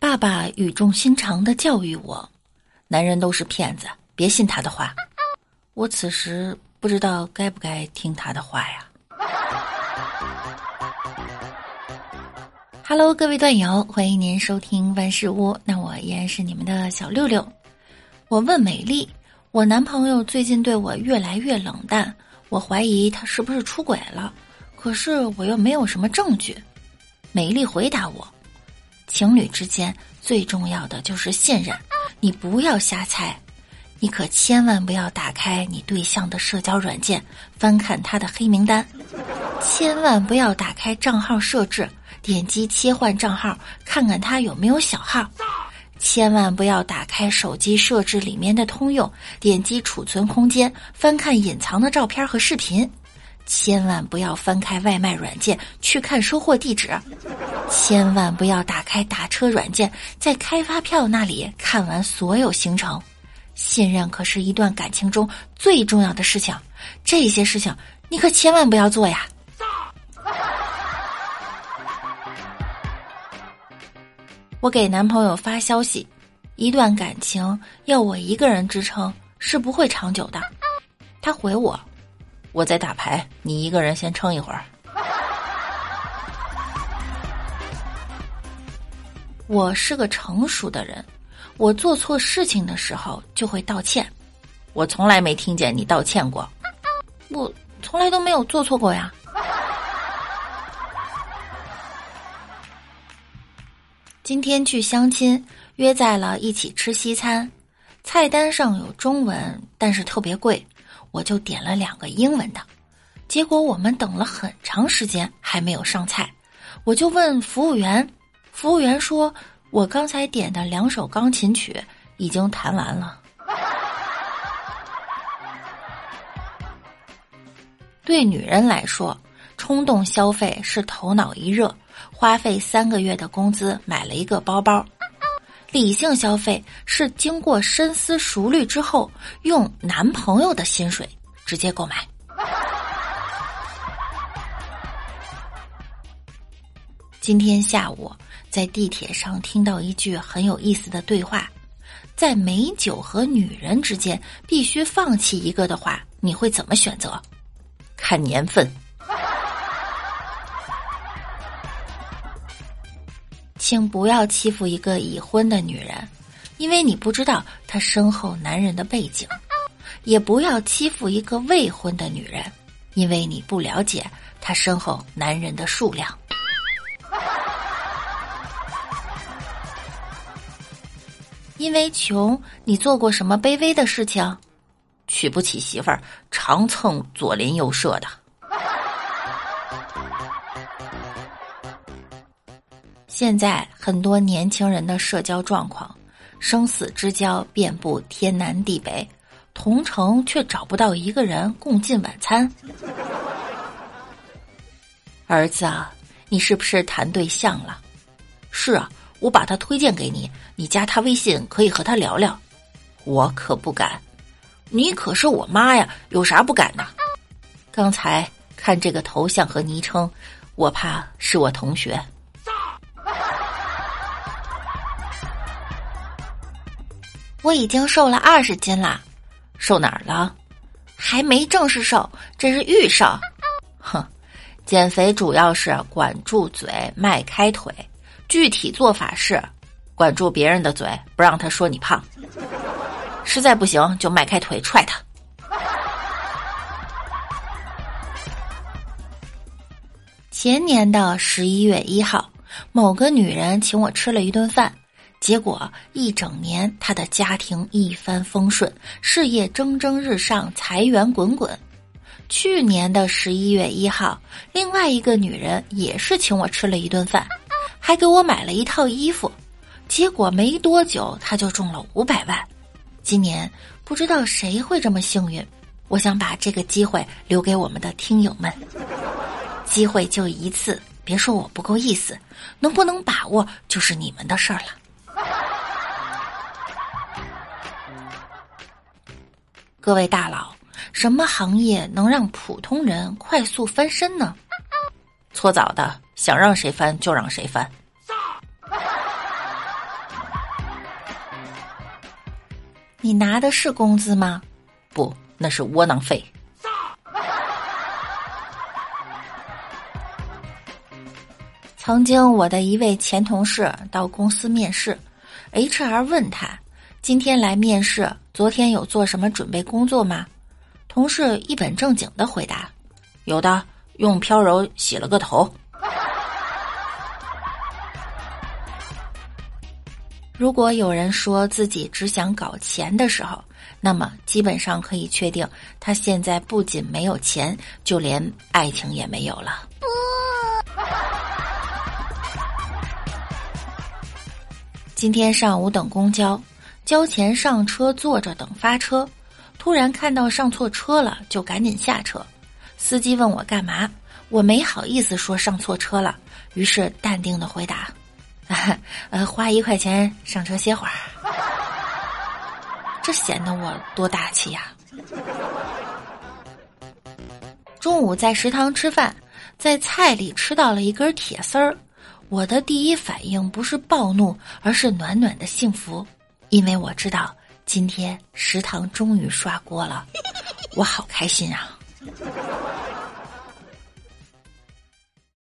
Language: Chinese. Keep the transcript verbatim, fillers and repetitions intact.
爸爸语重心长地教育我，男人都是骗子，别信他的话。我此时不知道该不该听他的话呀。Hello， 各位段友，欢迎您收听万事屋，那我依然是你们的小六六。我问美丽，我男朋友最近对我越来越冷淡，我怀疑他是不是出轨了，可是我又没有什么证据。美丽回答我，情侣之间最重要的就是信任，你不要瞎猜，你可千万不要打开你对象的社交软件，翻看他的黑名单，千万不要打开账号设置，点击切换账号，看看他有没有小号，千万不要打开手机设置里面的通用，点击储存空间，翻看隐藏的照片和视频，千万不要翻开外卖软件去看收货地址，千万不要打开打车软件，在开发票那里看完所有行程。信任可是一段感情中最重要的事情，这些事情你可千万不要做呀。我给男朋友发消息，一段感情要我一个人支撑是不会长久的。他回我，我在打牌，你一个人先撑一会儿。我是个成熟的人，我做错事情的时候就会道歉。我从来没听见你道歉过。我从来都没有做错过呀。今天去相亲，约在了一起吃西餐，菜单上有中文，但是特别贵，我就点了两个英文的。结果我们等了很长时间还没有上菜，我就问服务员，服务员说我刚才点的两首钢琴曲已经弹完了。对女人来说，冲动消费是头脑一热，花费三个月的工资买了一个包包。理性消费是经过深思熟虑之后，用男朋友的薪水直接购买。今天下午在地铁上听到一句很有意思的对话，在美酒和女人之间必须放弃一个的话，你会怎么选择？看年份。请不要欺负一个已婚的女人，因为你不知道她身后男人的背景；也不要欺负一个未婚的女人，因为你不了解她身后男人的数量。因为穷，你做过什么卑微的事情？娶不起媳妇儿，常蹭左邻右舍的。现在很多年轻人的社交状况，生死之交遍布天南地北，同城却找不到一个人共进晚餐。儿子啊，你是不是谈对象了？是啊，我把他推荐给你，你加他微信可以和他聊聊。我可不敢。你可是我妈呀，有啥不敢的？刚才看这个头像和昵称，我怕是我同学。我已经瘦了二十斤了。瘦哪儿了？还没正式瘦，这是预瘦。哼，减肥主要是管住嘴，迈开腿。具体做法是管住别人的嘴，不让他说你胖。实在不行就迈开腿踹他。前年的十一月一号，某个女人请我吃了一顿饭，结果一整年她的家庭一帆风顺，事业蒸蒸日上，财源滚滚。去年的十一月一号，另外一个女人也是请我吃了一顿饭，还给我买了一套衣服，结果没多久她就中了五百万。今年不知道谁会这么幸运，我想把这个机会留给我们的听友们。机会就一次，别说我不够意思，能不能把握就是你们的事儿了。各位大佬，什么行业能让普通人快速翻身呢？搓澡的，想让谁翻就让谁翻。 你拿的是工资吗？ 不，那是窝囊废。 曾经我的一位前同事到公司面试， H R 问他今天来面试，昨天有做什么准备工作吗？同事一本正经地回答， 有的，用飘柔洗了个头。 如果有人说自己只想搞钱的时候，那么基本上可以确定他现在不仅没有钱，就连爱情也没有了。今天上午等公交，交钱上车坐着等发车，突然看到上错车了，就赶紧下车。司机问我干嘛，我没好意思说上错车了，于是淡定地回答，啊、呃，花一块钱上车歇会儿。这显得我多大气呀！中午在食堂吃饭，在菜里吃到了一根铁丝儿，我的第一反应不是暴怒，而是暖暖的幸福，因为我知道今天食堂终于刷锅了，我好开心啊！